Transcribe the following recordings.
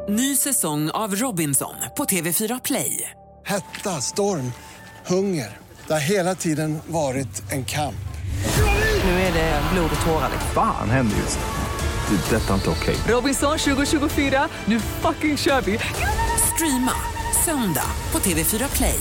Ny säsong av Robinson på TV4 Play. Hetta, storm, hunger. Det har hela tiden varit en kamp. Nu är det blod och tårar. Fan händer just det. Det är detta inte okej. Robinson 2024, nu fucking kör vi. Streama söndag på TV4 Play.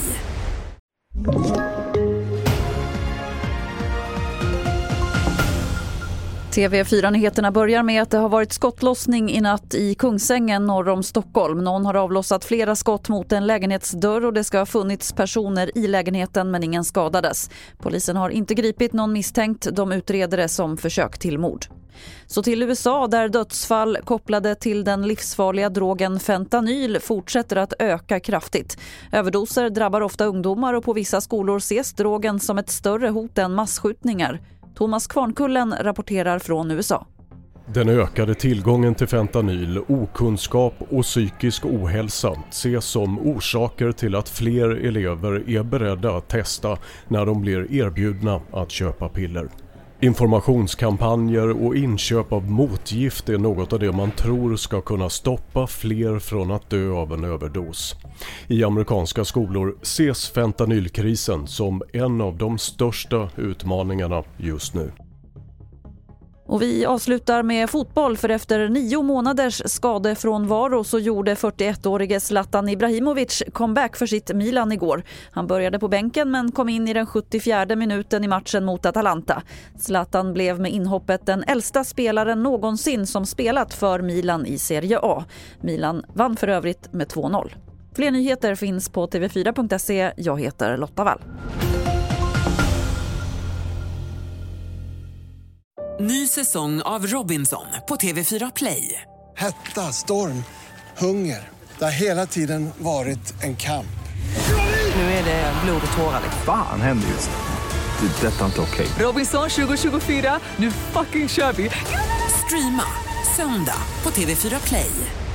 TV4-nyheterna börjar med att det har varit skottlossning i natt i Kungsängen norr om Stockholm. Någon har avlossat flera skott mot en lägenhetsdörr och det ska ha funnits personer i lägenheten men ingen skadades. Polisen har inte gripit någon misstänkt, de utreder det som försök till mord. Så till USA där dödsfall kopplade till den livsfarliga drogen fentanyl fortsätter att öka kraftigt. Överdoser drabbar ofta ungdomar och på vissa skolor ses drogen som ett större hot än massskjutningar. Thomas Kvarnkullen rapporterar från USA. Den ökade tillgången till fentanyl, okunskap och psykisk ohälsa ses som orsaker till att fler elever är beredda att testa när de blir erbjudna att köpa piller. Informationskampanjer och inköp av motgift är något av det man tror ska kunna stoppa fler från att dö av en överdos. I amerikanska skolor ses fentanylkrisen som en av de största utmaningarna just nu. Och vi avslutar med fotboll för efter 9 månaders skadefrånvaro så gjorde 41-årige Zlatan Ibrahimovic comeback för sitt Milan igår. Han började på bänken men kom in i den 74:e minuten i matchen mot Atalanta. Zlatan blev med inhoppet den äldsta spelaren någonsin som spelat för Milan i Serie A. Milan vann för övrigt med 2-0. Fler nyheter finns på tv4.se. Jag heter Lotta Wall. Ny säsong av Robinson på TV4 Play. Hetta, storm, hunger. Det har hela tiden varit en kamp. Nu är det blod och tårar. Fan händer just det. Det är detta inte okej. Robinson 2024, nu fucking kör vi. Streama söndag på TV4 Play.